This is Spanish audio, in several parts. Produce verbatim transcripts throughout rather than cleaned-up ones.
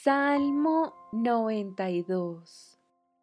Salmo noventa y dos.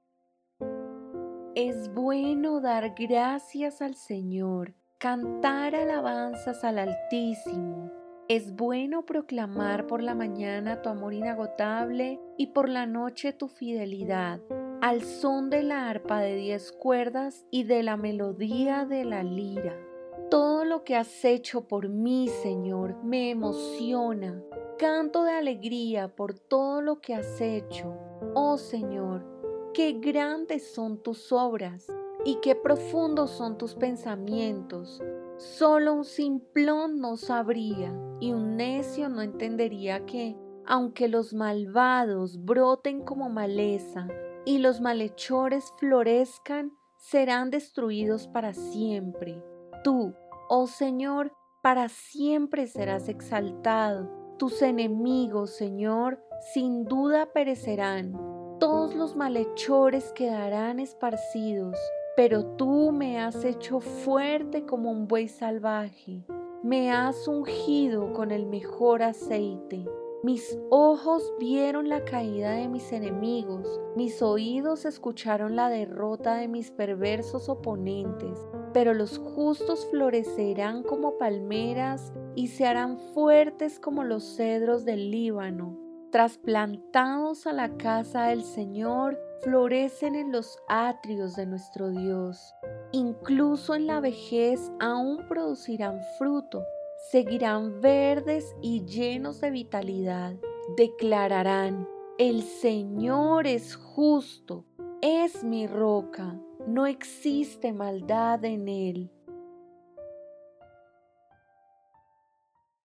Es bueno dar gracias al Señor, cantar alabanzas al Altísimo. Es bueno proclamar por la mañana tu amor inagotable y por la noche tu fidelidad, al son de la arpa de diez cuerdas y de la melodía de la lira. Todo lo que has hecho por mí, Señor, me emociona. Canto de alegría por todo lo que has hecho. Oh Señor, qué grandes son tus obras y qué profundos son tus pensamientos. Solo un simplón no sabría y un necio no entendería que, aunque los malvados broten como maleza y los malhechores florezcan, serán destruidos para siempre. Tú, oh Señor, para siempre serás exaltado. Tus enemigos, Señor, sin duda perecerán. Todos los malhechores quedarán esparcidos, pero tú me has hecho fuerte como un buey salvaje. Me has ungido con el mejor aceite. Mis ojos vieron la caída de mis enemigos, mis oídos escucharon la derrota de mis perversos oponentes. Pero los justos florecerán como palmeras y se harán fuertes como los cedros del Líbano. Trasplantados a la casa del Señor, florecen en los atrios de nuestro Dios. Incluso en la vejez aún producirán fruto, seguirán verdes y llenos de vitalidad. Declararán: el Señor es justo, es mi roca, no existe maldad en él.